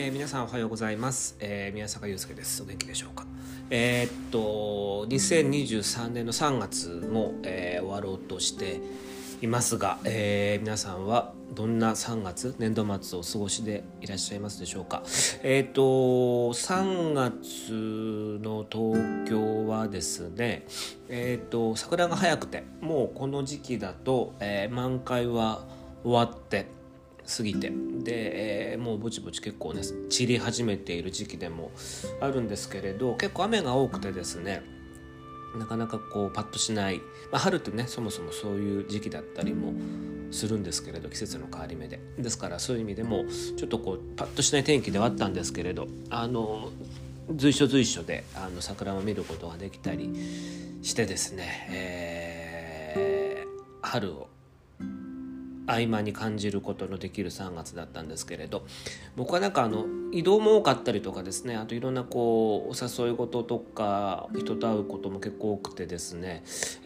皆さんおはようございます、宮坂祐介です。お元気でしょうか。2023年の3月も、終わろうとしていますが、皆さんはどんな3月年度末をお過ごしでいらっしゃいますでしょうか。3月の東京はですね、桜が早くてもうこの時期だと、満開は終わって過ぎてで、もうぼちぼち結構ね散り始めている時期でもあるんですけれど、結構雨が多くてですね、なかなかこうパッとしない、春ってねそもそもそういう時期だったりもするんですけれど、季節の変わり目ですから、そういう意味でもちょっとこうパッとしない天気ではあったんですけれど、随所随所で桜を見ることができたりしてですね、春を合間に感じることのできる3月だったんですけれど、僕はなんか移動も多かったりとかですね、あといろんなこうお誘い事とか人と会うことも結構多くてですね、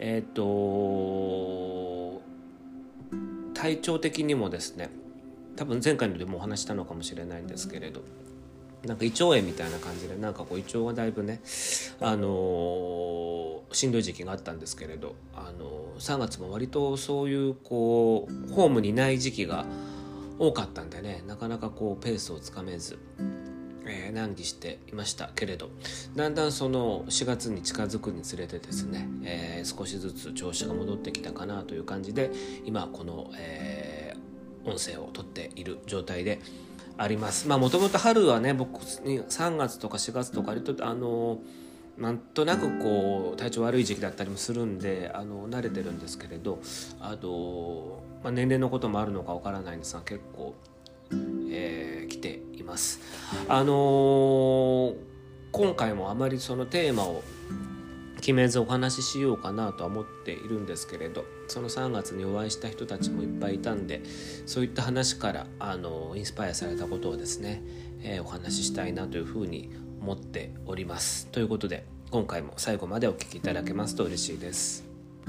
体調的にもですね、多分前回のでもお話したのかもしれないんですけれど、なんか胃腸炎みたいな感じで、なんかこう胃腸がだいぶね、しんどい時期があったんですけれど、3月も割とそういうこうホームにない時期が多かったんでね、なかなかこうペースをつかめず、難儀していましたけれど、だんだんその4月に近づくにつれてですね、少しずつ調子が戻ってきたかなという感じで、今この、音声を撮っている状態であります。もともと春はね、僕3月とか4月とか割となんとなくこう体調悪い時期だったりもするんで慣れてるんですけれど、年齢のこともあるのかわからないんですが、結構、来ています。今回もあまりそのテーマを決めずお話ししようかなとは思っているんですけれど、その3月にお会いした人たちもいっぱいいたんで、そういった話からインスパイアされたことをですね、お話ししたいなというふうに思っております。ということで今回も最後までお聞きいただけますと嬉しいです。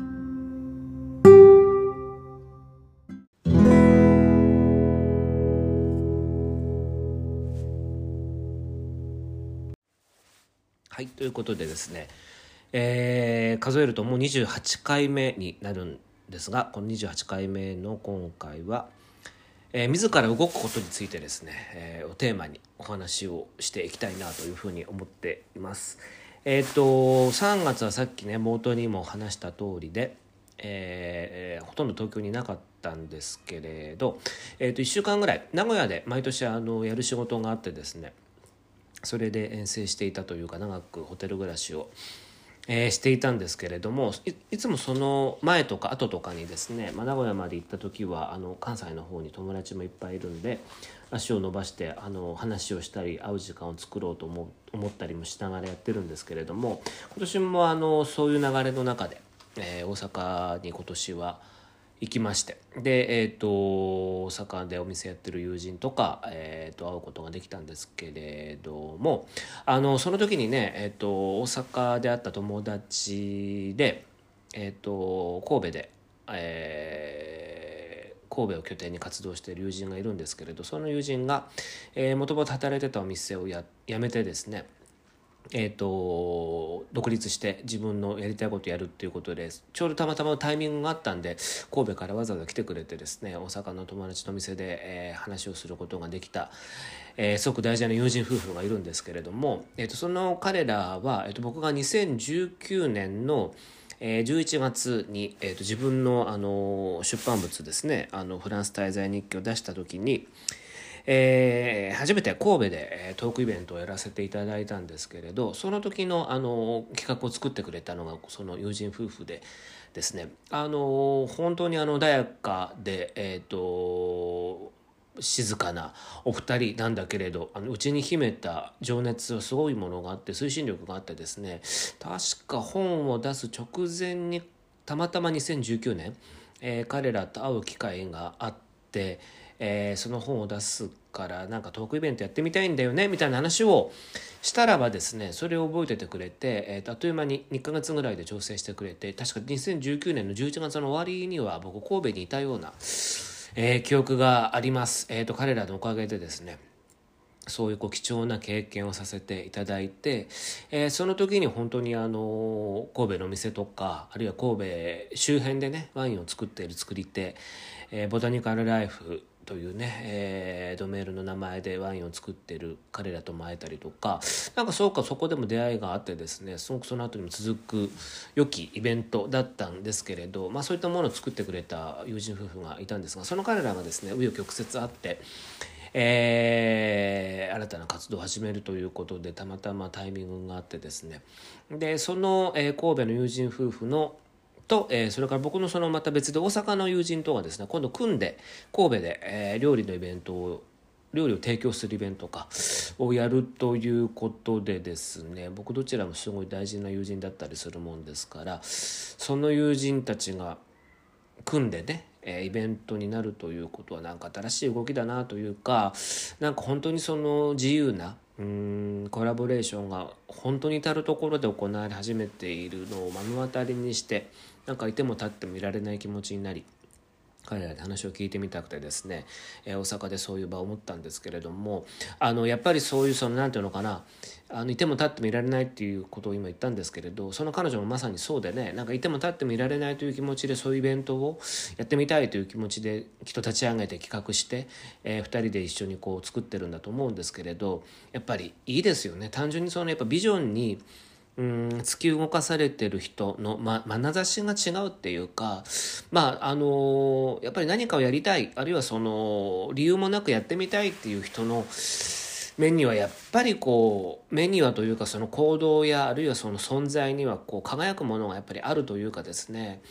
はい、ということでですね、数えるともう28回目になるんですが、この28回目の今回は、自ら動くことについてですね、をテーマにお話をしていきたいなというふうに思っています。3月はさっきね冒頭にも話した通りで、ほとんど東京にいなかったんですけれど、1週間ぐらい名古屋で毎年やる仕事があってですね、それで遠征していたというか、長くホテル暮らしを、していたんですけれども、いつもその前とか後とかにですね、名古屋まで行った時は関西の方に友達もいっぱいいるんで、足を伸ばして話をしたり会う時間を作ろうと思ったりもしながらやってるんですけれども、今年もそういう流れの中で、大阪に今年は行きまして、で、大阪でお店やってる友人とか、会うことができたんですけれども、その時にね、大阪で会った友達で、神戸で、神戸を拠点に活動している友人がいるんですけれど、その友人がもともと働いてたお店を辞めてですね、独立して自分のやりたいことをやるっていうことで、ちょうどたまたまタイミングがあったんで、神戸からわざわざ来てくれてですね、大阪の友達の店で、話をすることができた、すごく大事な友人夫婦がいるんですけれども、その彼らは、僕が2019年の11月に、自分の、出版物ですね、フランス滞在日記を出した時に、初めて神戸でトークイベントをやらせていただいたんですけれど、その時の企画を作ってくれたのがその友人夫婦でですね、本当に穏やかで、静かなお二人なんだけれど、内に秘めた情熱はすごいものがあって、推進力があってですね、確か本を出す直前にたまたま2019年、彼らと会う機会があって、その本を出すからなんかトークイベントやってみたいんだよねみたいな話をしたらばですね、それを覚えててくれて、あっという間に2ヶ月ぐらいで調整してくれて、確か2019年の11月の終わりには僕神戸にいたような、記憶があります。彼らのおかげでですね、 そういう貴重な経験をさせていただいて、その時に本当に神戸の店とかあるいは神戸周辺でねワインを作っている作り手、ボタニカルライフというね、ドメールの名前でワインを作っている彼らとも会えたりとか、なんかそこでも出会いがあってですね、すごくその後にも続く良きイベントだったんですけれど、そういったものを作ってくれた友人夫婦がいたんですが、その彼らがですね紆余曲折あって、新たな活動を始めるということでたまたまタイミングがあってですね、でその、神戸の友人夫婦のと、それから僕のそのまた別で大阪の友人とがですね今度組んで神戸で、料理を提供するイベントをやるということでですね、僕どちらもすごい大事な友人だったりするもんですから、その友人たちが組んでねイベントになるということはなんか新しい動きだなというか、なんか本当にその自由なコラボレーションが本当に至るところで行われ始めているのを目の当たりにして、なんかいても立ってもいられない気持ちになり、彼らで話を聞いてみたくてですね、大阪でそういう場を持ったんですけれども、やっぱりそういうなんていうのかな、いても立ってもいられないっていうことを今言ったんですけれど、その彼女もまさにそうでね、なんかいても立ってもいられないという気持ちでそういうイベントをやってみたいという気持ちできっと立ち上げて企画して、2人で一緒に作ってるんだと思うんですけれど、やっぱりいいですよね。単純にやっぱビジョンに突き動かされてる人の、眼差しが違うっていうか、やっぱり何かをやりたい、あるいは理由もなくやってみたいっていう人の目にはやっぱり目にはというかその行動やあるいはその存在には輝くものがやっぱりあるというかですね、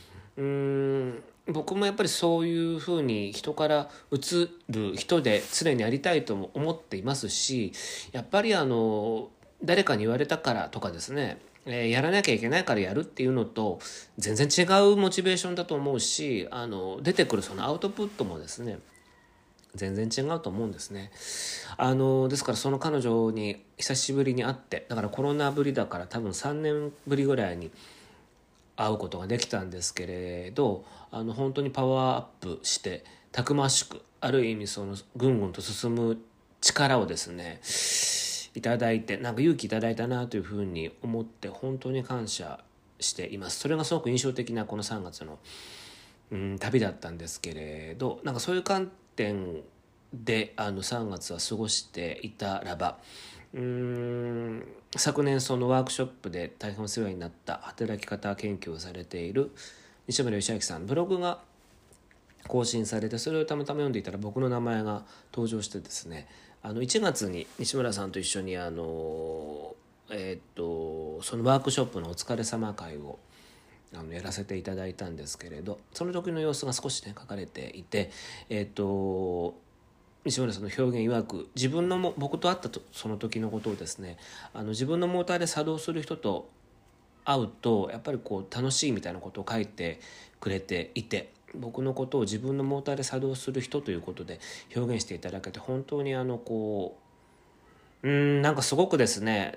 僕もやっぱりそういうふうに人から映る人で常にありたいとも思っていますし、やっぱり誰かに言われたからとかですね、やらなきゃいけないからやるっていうのと全然違うモチベーションだと思うし、出てくるそのアウトプットもですね全然違うと思うんですね。ですからその彼女に久しぶりに会って、だからコロナぶりだから多分3年ぶりぐらいに会うことができたんですけれど、本当にパワーアップしてたくましく、ある意味ぐんぐんと進む力をですねいただいて、なんか勇気いただいたなというふうに思って本当に感謝しています。それがすごく印象的なこの3月の旅だったんですけれど、なんかそういう観点で3月は過ごしていたらば、昨年そのワークショップで大変お世話になった働き方研究をされている西村義明さんのブログが更新されて、それをたまたま読んでいたら僕の名前が登場してですね、1月に西村さんと一緒にそのワークショップのお疲れ様会をやらせていただいたんですけれど、その時の様子が少しね書かれていて、西村さんの表現曰く、僕と会ったその時のことをですね、自分のモーターで作動する人と会うとやっぱり楽しいみたいなことを書いてくれていて、僕のことを自分のモーターで作動する人ということで表現していただけて、本当になんかすごくですね、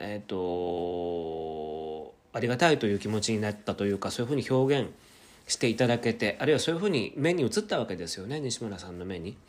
ありがたいという気持ちになったというか、そういうふうに表現していただけて、あるいはそういうふうに目に映ったわけですよね、西村さんの目に。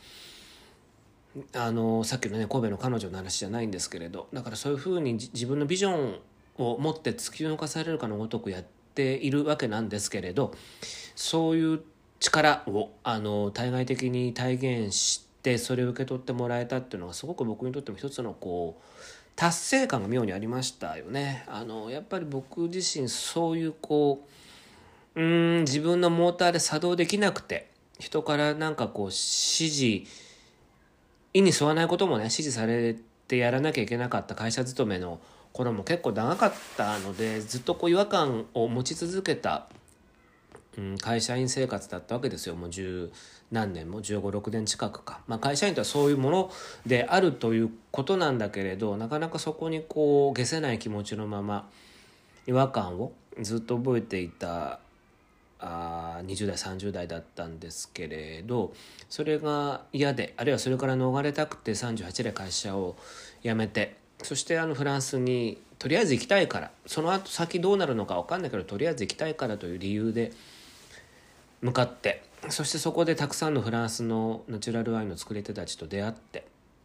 さっきのね神戸の彼女の話じゃないんですけれど、だからそういうふうに自分のビジョンを持って突き動かされるかのごとくやっているわけなんですけれど、そういう力を対外的に体現してそれを受け取ってもらえたっていうのがすごく僕にとっても一つの達成感が妙にありましたよね。やっぱり僕自身そういう自分のモーターで作動できなくて、人からなんか指示意に沿わないこともね指示されてやらなきゃいけなかった会社勤めの頃も結構長かったので、ずっと違和感を持ち続けた会社員生活だったわけですよ。もう十何年も15、6年近くか、会社員とはそういうものであるということなんだけれど、なかなかそこに消せない気持ちのまま違和感をずっと覚えていた20代30代だったんですけれど、それが嫌で、あるいはそれから逃れたくて38で会社を辞めて、そしてフランスにとりあえず行きたいから、その後先どうなるのか分かんないけどとりあえず行きたいからという理由で向かって、そしてそこでたくさんのフランスのナチュラルワインの作り手たちと出会って、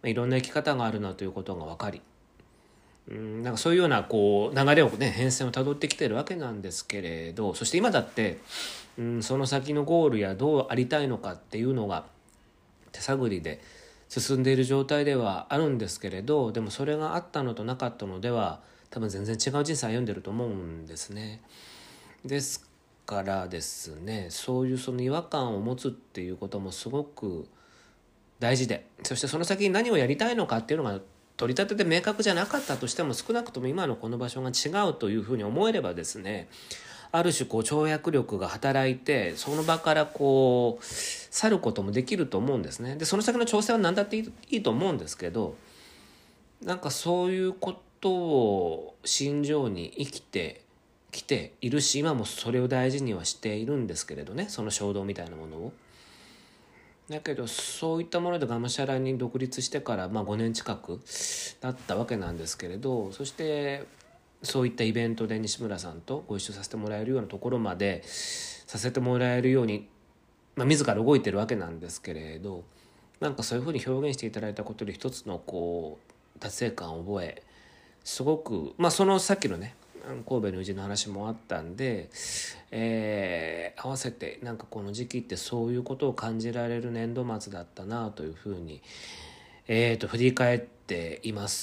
いろんな生き方があるなということが分かり、なんかそういうようなこう流れをね変遷をたどってきてるわけなんですけれど、そして今だって、その先のゴールやどうありたいのかっていうのが手探りで進んでいる状態ではあるんですけれど、でもそれがあったのとなかったのでは多分全然違う人生歩んでると思うんですね。ですからですね、そういうその違和感を持つっていうこともすごく大事で、そしてその先に何をやりたいのかっていうのが取り立てて明確じゃなかったとしても、少なくとも今のこの場所が違うというふうに思えればですね、ある種こう跳躍力が働いてその場からこう去ることもできると思うんですね。でその先の挑戦は何だっていいと思うんですけど、なんかそういうことを心情に生きてきているし、今もそれを大事にはしているんですけれどね、その衝動みたいなものを。だけどそういったものでがむしゃらに独立してから、5年近く経ったわけなんですけれど、そしてそういったイベントで西村さんとご一緒させてもらえるようなところまでさせてもらえるように、自ら動いてるわけなんですけれど、なんかそういうふうに表現していただいたことで一つのこう達成感を覚え、すごくそのさっきのね神戸の友人の話もあったんで、合わせてなんかこの時期ってそういうことを感じられる年度末だったなというふうに、振り返っています。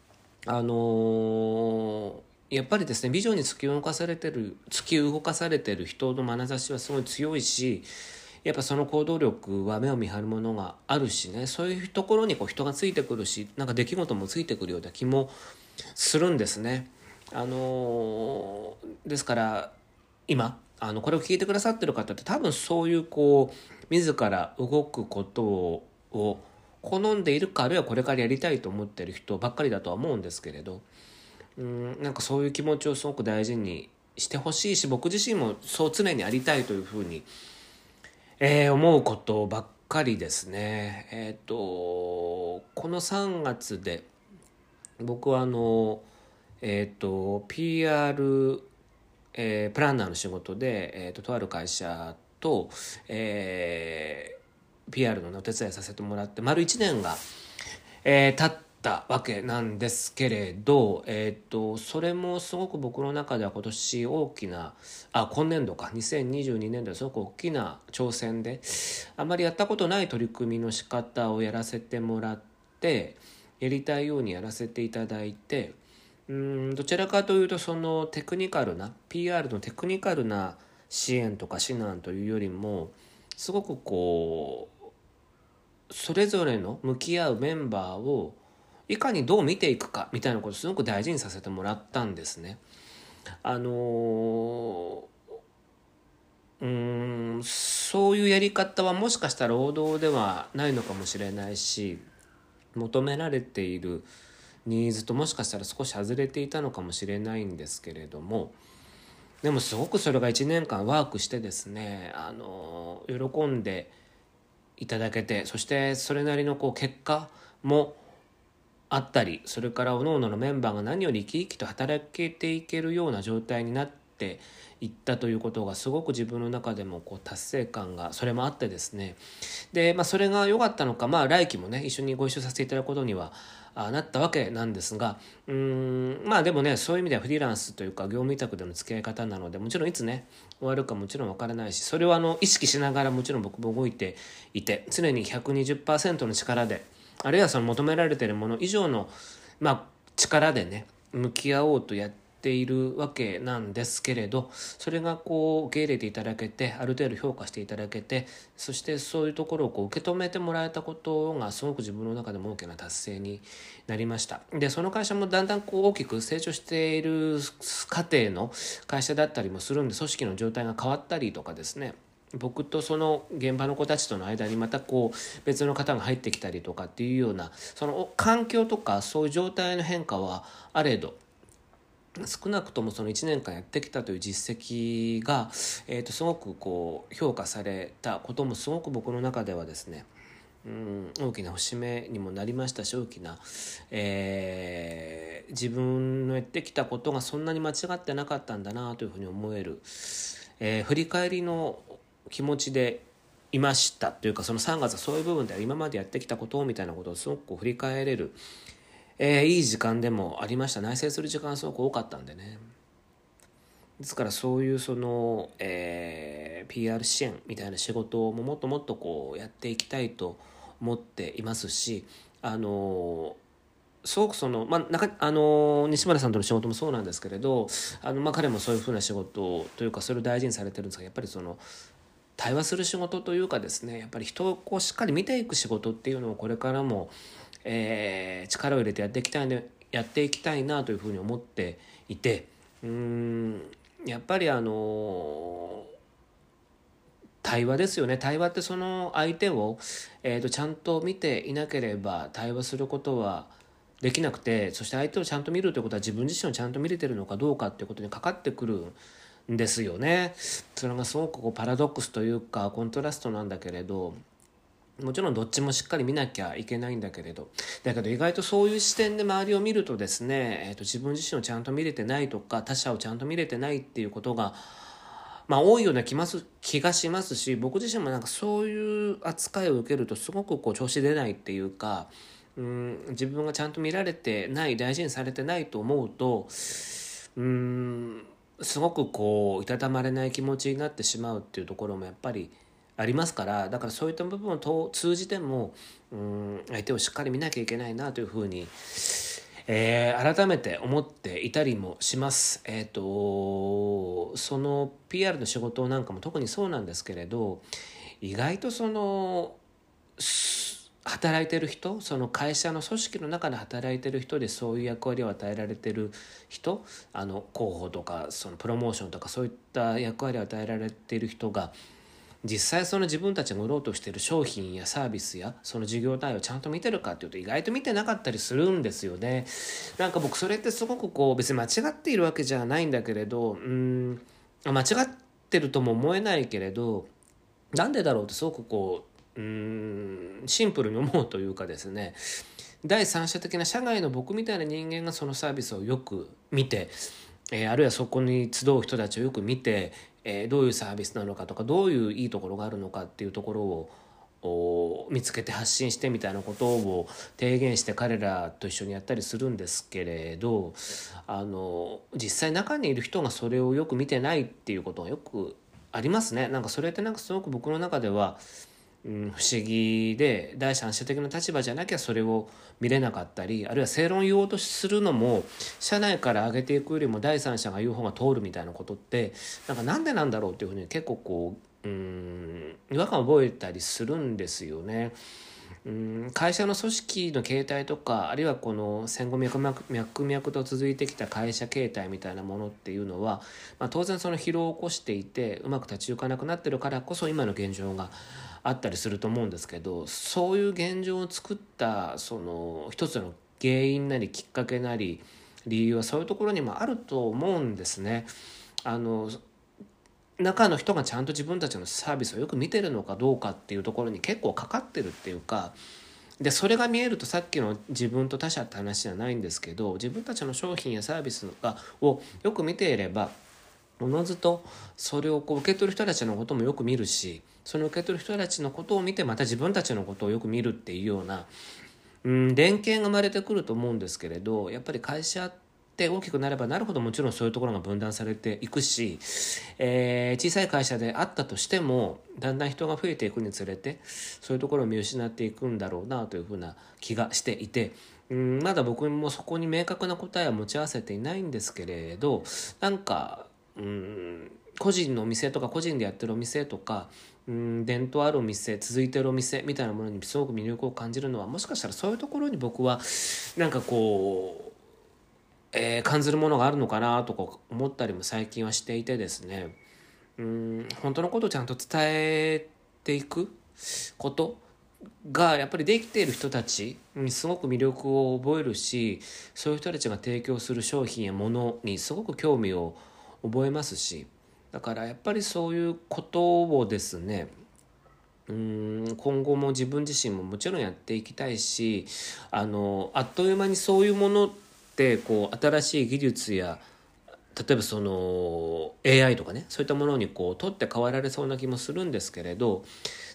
やっぱりですね、ビジョンに突き動かされてる人の眼差しはすごい強いし、やっぱその行動力は目を見張るものがあるしね、そういうところにこう人がついてくるし、なんか出来事もついてくるような気もするんですね。ですから今これを聞いてくださってる方って多分そういうこう自ら動くことを好んでいるか、あるいはこれからやりたいと思っている人ばっかりだとは思うんですけれど、なんかそういう気持ちをすごく大事にしてほしいし、僕自身もそう常にありたいというふうに、思うことばっかりですね。この3月で僕はPR、プランナーの仕事で、とある会社と、PR のお手伝いさせてもらって丸1年が、経ったわけなんですけれど、それもすごく僕の中では今年大きな今年度か2022年度はすごく大きな挑戦で、あまりやったことない取り組みの仕方をやらせてもらって、やりたいようにやらせていただいて、どちらかというとそのテクニカルな PR のテクニカルな支援とか指南というよりも、すごくこうそれぞれの向き合うメンバーをいかにどう見ていくかみたいなことをすごく大事にさせてもらったんですね。そういうやり方はもしかしたら王道ではないのかもしれないし、求められているニーズともしかしたら少し外れていたのかもしれないんですけれども、でもすごくそれが1年間ワークしてですね、喜んでいただけて、そしてそれなりのこう結果もあったり、それから各々のメンバーが何より生き生きと働けていけるような状態になっていったということがすごく自分の中でもこう達成感がそれもあってですね。で、それが良かったのか、来期もね一緒にご一緒させていただくことにはなったわけなんですが、でもね、そういう意味ではフリーランスというか業務委託での付き合い方なので、もちろんいつね終わるかもちろんわからないし、それを意識しながらもちろん僕も動いていて、常に 120% の力で、あるいはその求められているもの以上の、力でね向き合おうとやっているわけなんですけれど、それがこう受け入れていただけて、ある程度評価していただけて、そしてそういうところをこう受け止めてもらえたことがすごく自分の中でも大きな達成になりました。でその会社もだんだんこう大きく成長している過程の会社だったりもするんで、組織の状態が変わったりとかですね、僕とその現場の子たちとの間にまたこう別の方が入ってきたりとかっていうような、その環境とかそういう状態の変化はあれど、少なくともその1年間やってきたという実績が、すごくこう評価されたこともすごく僕の中ではですね、大きな節目にもなりましたし、大きな、自分のやってきたことがそんなに間違ってなかったんだなというふうに思える、振り返りの気持ちでいましたというか、その3月はそういう部分では今までやってきたことみたいなことをすごくこう振り返れる、いい時間でもありました。内省する時間がすごく多かったんでね。ですからそういうその、PR 支援みたいな仕事ももっともっとこうやっていきたいと思っていますし、すごくその、西村さんとの仕事もそうなんですけれど、彼もそういうふうな仕事というかそれを大事にされてるんですが、やっぱりその対話する仕事というかですね、やっぱり人をこうしっかり見ていく仕事っていうのをこれからも、力を入れてやっていきたいなというふうに思っていて、やっぱり対話ですよね。対話ってその相手を、ちゃんと見ていなければ対話することはできなくて、そして相手をちゃんと見るということは自分自身をちゃんと見れてるのかどうかっていうことにかかってくるんですよね。それがすごくこうパラドックスというかコントラストなんだけれど、もちろんどっちもしっかり見なきゃいけないんだけれど、だけど意外とそういう視点で周りを見るとですね、自分自身をちゃんと見れてないとか他者をちゃんと見れてないっていうことが多いような気がしますし、僕自身もなんかそういう扱いを受けるとすごくこう調子出ないっていうか、自分がちゃんと見られてない、大事にされてないと思うと、すごくこういたたまれない気持ちになってしまうっていうところもやっぱりありますから、だからそういった部分を通じても相手をしっかり見なきゃいけないなというふうに、改めて思っていたりもします。その PR の仕事なんかも特にそうなんですけれど、意外とその働いてる人、その会社の組織の中で働いてる人でそういう役割を与えられてる人、広報とかそのプロモーションとかそういった役割を与えられている人が実際その自分たちが売ろうとしている商品やサービスやその事業内容をちゃんと見てるかっていうと意外と見てなかったりするんですよね。なんか僕それってすごくこう別に間違っているわけじゃないんだけれど、間違ってるとも思えないけれど、なんでだろうってすごくこうシンプルに思うというかですね、第三者的な社外の僕みたいな人間がそのサービスをよく見て、あるいはそこに集う人たちをよく見て、どういうサービスなのかとかどういういいところがあるのかっていうところを見つけて発信してみたいなことを提言して彼らと一緒にやったりするんですけれど、実際中にいる人がそれをよく見てないっていうことがよくありますね。なんかそれってなんかすごく僕の中では不思議で、第三者的な立場じゃなきゃそれを見れなかったり、あるいは正論言おうとするのも社内から上げていくよりも第三者が言う方が通るみたいなことってなんでなんだろうっていうふうに結構こう違和感を覚えたりするんですよね。会社の組織の形態とか、あるいはこの戦後脈々と続いてきた会社形態みたいなものっていうのは、当然その疲労を起こしていてうまく立ち行かなくなってるからこそ今の現状があったりすると思うんですけど、そういう現状を作ったその一つの原因なりきっかけなり理由はそういうところにもあると思うんですね。中の人がちゃんと自分たちのサービスをよく見てるのかどうかっていうところに結構かかってるっていうか、でそれが見えるとさっきの自分と他者って話じゃないんですけど、自分たちの商品やサービスをよく見ていればおのずとそれをこう受け取る人たちのこともよく見るし、その受け取る人たちのことを見てまた自分たちのことをよく見るっていうような連携が生まれてくると思うんですけれど、やっぱり会社って大きくなればなるほどもちろんそういうところが分断されていくし、小さい会社であったとしてもだんだん人が増えていくにつれてそういうところを見失っていくんだろうなというふうな気がしていて、まだ僕もそこに明確な答えは持ち合わせていないんですけれど、なんか個人のお店とか個人でやってるお店とか伝統あるお店、続いてるお店みたいなものにすごく魅力を感じるのは、もしかしたらそういうところに僕はなんかこう感じるものがあるのかなとか思ったりも最近はしていてですね、本当のことをちゃんと伝えていくことがやっぱりできている人たちにすごく魅力を覚えるし、そういう人たちが提供する商品やものにすごく興味を覚えますし、だからやっぱりそういうことをですね今後も自分自身ももちろんやっていきたいし、あっという間にそういうものってこう新しい技術や例えばその AI とかね、そういったものにこう取って代わられそうな気もするんですけれど、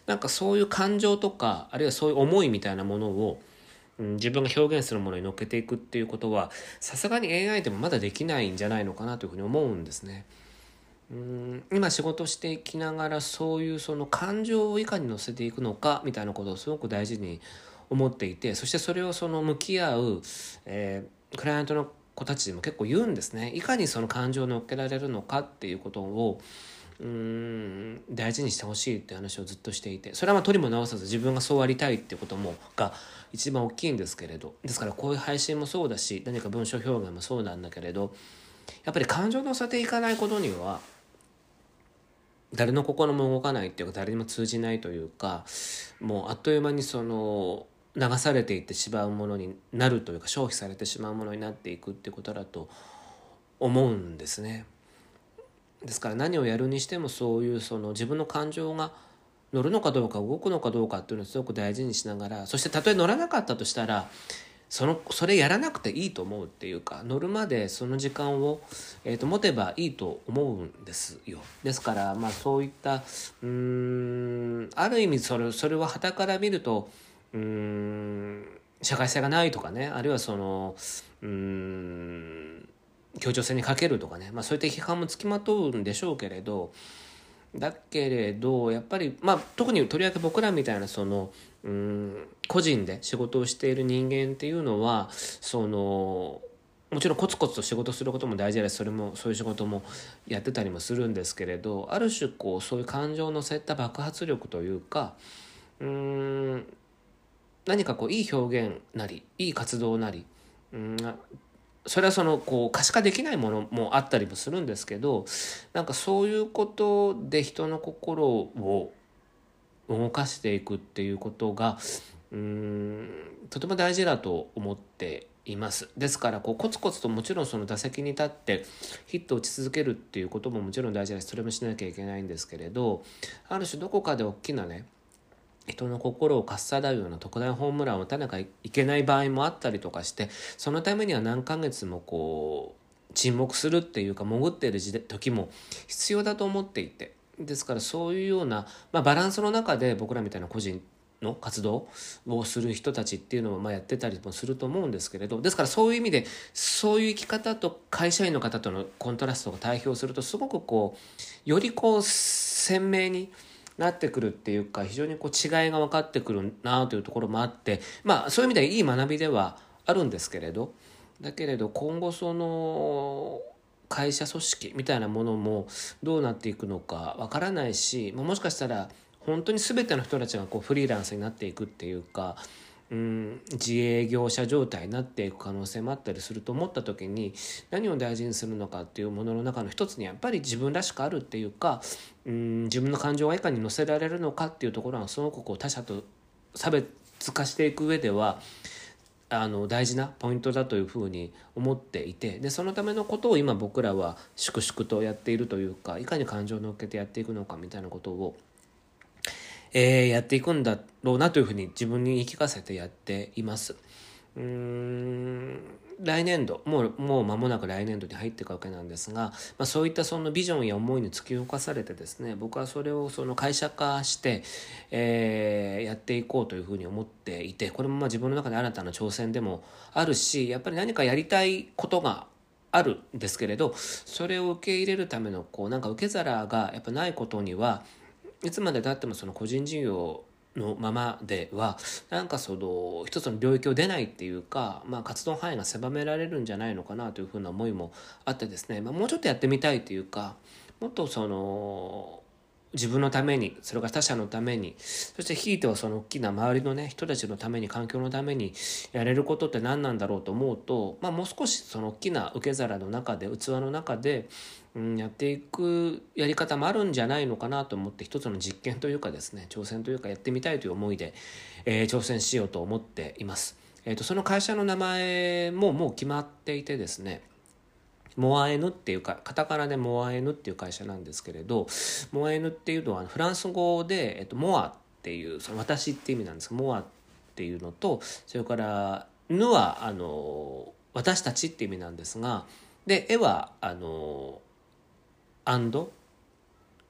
なんかそういう感情とかあるいはそういう思いみたいなものを自分が表現するものに乗っけていくっていうことはさすがに AI でもまだできないんじゃないのかなというふうに思うんですね。今仕事していきながらそういうその感情をいかに乗せていくのかみたいなことをすごく大事に思っていて、そしてそれをその向き合う、クライアントの子たちにも結構言うんですね。いかにその感情を乗っけられるのかっていうことを大事にしてほしいって話をずっとしていて、それはまあ取りも直さず自分がそうありたいっていうこともが一番大きいんですけれど、ですからこういう配信もそうだし何か文章表現もそうなんだけれど、やっぱり感情を乗せていかないことには誰の心も動かないっていうか誰にも通じないというか、もうあっという間にその流されていってしまうものになるというか消費されてしまうものになっていくっていうことだと思うんですね。ですから何をやるにしてもそういうその自分の感情が乗るのかどうか動くのかどうかっていうのをすごく大事にしながら、そしてたとえ乗らなかったとしたらそれやらなくていいと思うっていうか、乗るまでその時間を、持てばいいと思うんですよ。ですからまあそういったある意味それは傍から見ると社会性がないとかね、あるいはその協調性に欠けるとかね、まあ、そういった批判もつきまとうんでしょうけれど、だけれどやっぱり、まあ、特にとりわけ僕らみたいなその個人で仕事をしている人間っていうのはそのもちろんコツコツと仕事することも大事です。そういう仕事もやってたりもするんですけれど、ある種こうそういう感情を乗せた爆発力というか何かこういい表現なりいい活動なりそれはそのこう可視化できないものもあったりもするんですけど、なんかそういうことで人の心を動かしていくっていうことがとても大事だと思っています。ですからこうコツコツともちろんその打席に立ってヒットを打ち続けるっていうことももちろん大事です。それもしなきゃいけないんですけれど、ある種どこかで大きなね人の心をかっさらうような特大ホームランを打たなきゃいけない場合もあったりとかして、そのためには何ヶ月もこう沈黙するっていうか潜っている時も必要だと思っていて、ですからそういうような、まあ、バランスの中で僕らみたいな個人の活動をする人たちっていうのもまあやってたりもすると思うんですけれど、ですからそういう意味でそういう生き方と会社員の方とのコントラストが対比するとすごくこうよりこう鮮明になってくるっていうか、非常にこう違いが分かってくるなというところもあって、まあそういう意味ではいい学びではあるんですけれど、だけれど今後その会社組織みたいなものもどうなっていくのか分からないし、もしかしたら本当に全ての人たちがこうフリーランスになっていくっていうか自営業者状態になっていく可能性もあったりすると思った時に、何を大事にするのかっていうものの中の一つにやっぱり自分らしくあるっていうか自分の感情がいかに乗せられるのかっていうところがすごくこう他者と差別化していく上では大事なポイントだというふうに思っていて、でそのためのことを今僕らは粛々とやっているというか、いかに感情を乗っけてやっていくのかみたいなことをやっていくんだろうなというふうに自分に言い聞かせてやっています。来年度もう間もなく来年度に入っていくわけなんですが、そういったそのビジョンや思いに突き動かされてですね、僕はそれをその会社化して、やっていこうというふうに思っていて、これも自分の中で新たな挑戦でもあるし、やっぱり何かやりたいことがあるんですけれど、それを受け入れるためのなんか受け皿がやっぱないことにはいつまでたってもその個人事業のままではなんかその一つの領域を出ないっていうか、活動範囲が狭められるんじゃないのかなというふうな思いもあってですね、もうちょっとやってみたいというか、もっとその自分のために、それから他者のために、そしてひいてはその大きな周りのね人たちのために、環境のためにやれることって何なんだろうと思うと、もう少しその大きな受け皿の中で、器の中でやっていくやり方もあるんじゃないのかなと思って、一つの実験というかですね、挑戦というかやってみたいという思いで、挑戦しようと思っています。その会社の名前ももう決まっていてですね、モアエヌっていうか、カタカナでモアエヌっていう会社なんですけれど、モアエヌっていうのはフランス語で、モアっていうその私っていう意味なんですが、モアっていうのと、それからヌは私たちっていう意味なんですが、でエはアンド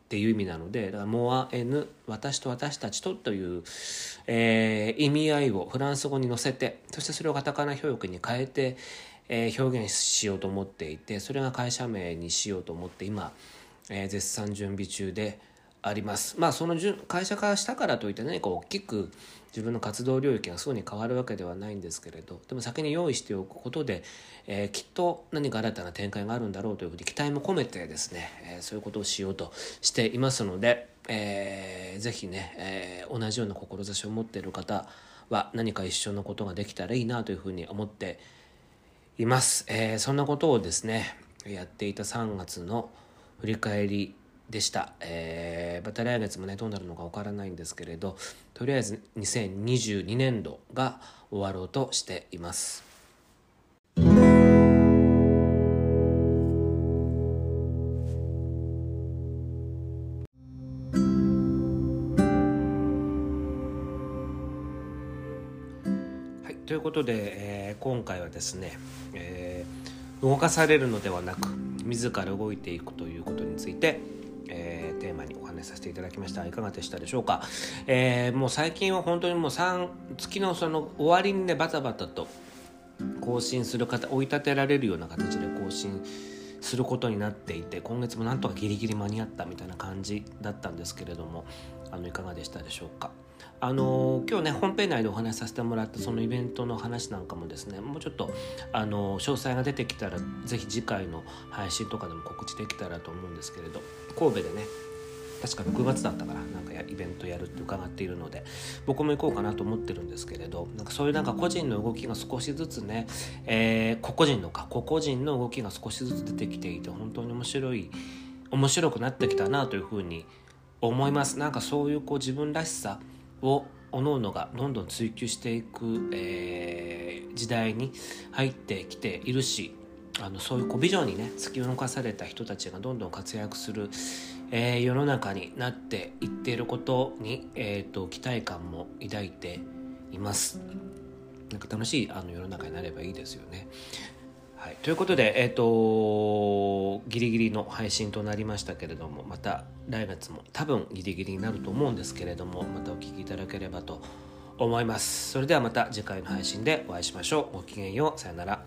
っていう意味なので、だからモアエヌ、私と私たちとという、意味合いをフランス語に乗せて、そしてそれをカタカナ表記に変えて、表現しようと思っていて、それが会社名にしようと思って今、絶賛準備中であります。その会社化したからといって何か大きく自分の活動領域がすぐに変わるわけではないんですけれど、でも先に用意しておくことで、きっと何か新たな展開があるんだろうというふうに期待も込めてですね、そういうことをしようとしていますので、ぜひね、同じような志を持っている方は何か一緒のことができたらいいなというふうに思っています。そんなことをですねやっていた3月の振り返りでした。また来月もねどうなるのかわからないんですけれど、とりあえず2022年度が終わろうとしています。はい、ということで、今回はですね、動かされるのではなく自ら動いていくということについて、テーマにお話しさせていただきました。いかがでしたでしょうか。もう最近は本当にもう月のその終わりにねバタバタと更新する追い立てられるような形で更新することになっていて、今月もなんとかギリギリ間に合ったみたいな感じだったんですけれども、いかがでしたでしょうか。今日ね本編内でお話しさせてもらったそのイベントの話なんかもですね、もうちょっと詳細が出てきたらぜひ次回の配信とかでも告知できたらと思うんですけれど、神戸でね確か6月だったからなんかイベントやるって伺っているので、僕も行こうかなと思ってるんですけれど、なんかそういうなんか個人の動きが少しずつね、個々人の動きが少しずつ出てきていて、本当に面白くなってきたなというふうに思います。なんかそういう自分らしさを各々がどんどん追求していく、時代に入ってきているし、そういうビジョンにね突き動かされた人たちがどんどん活躍する、世の中になっていっていることに、期待感も抱いています。なんか楽しい世の中になればいいですよね。はい、ということで、ギリギリの配信となりましたけれども、また来月も多分ギリギリになると思うんですけれども、またお聞きいただければと思います。それではまた次回の配信でお会いしましょう。ごきげんよう。さよなら。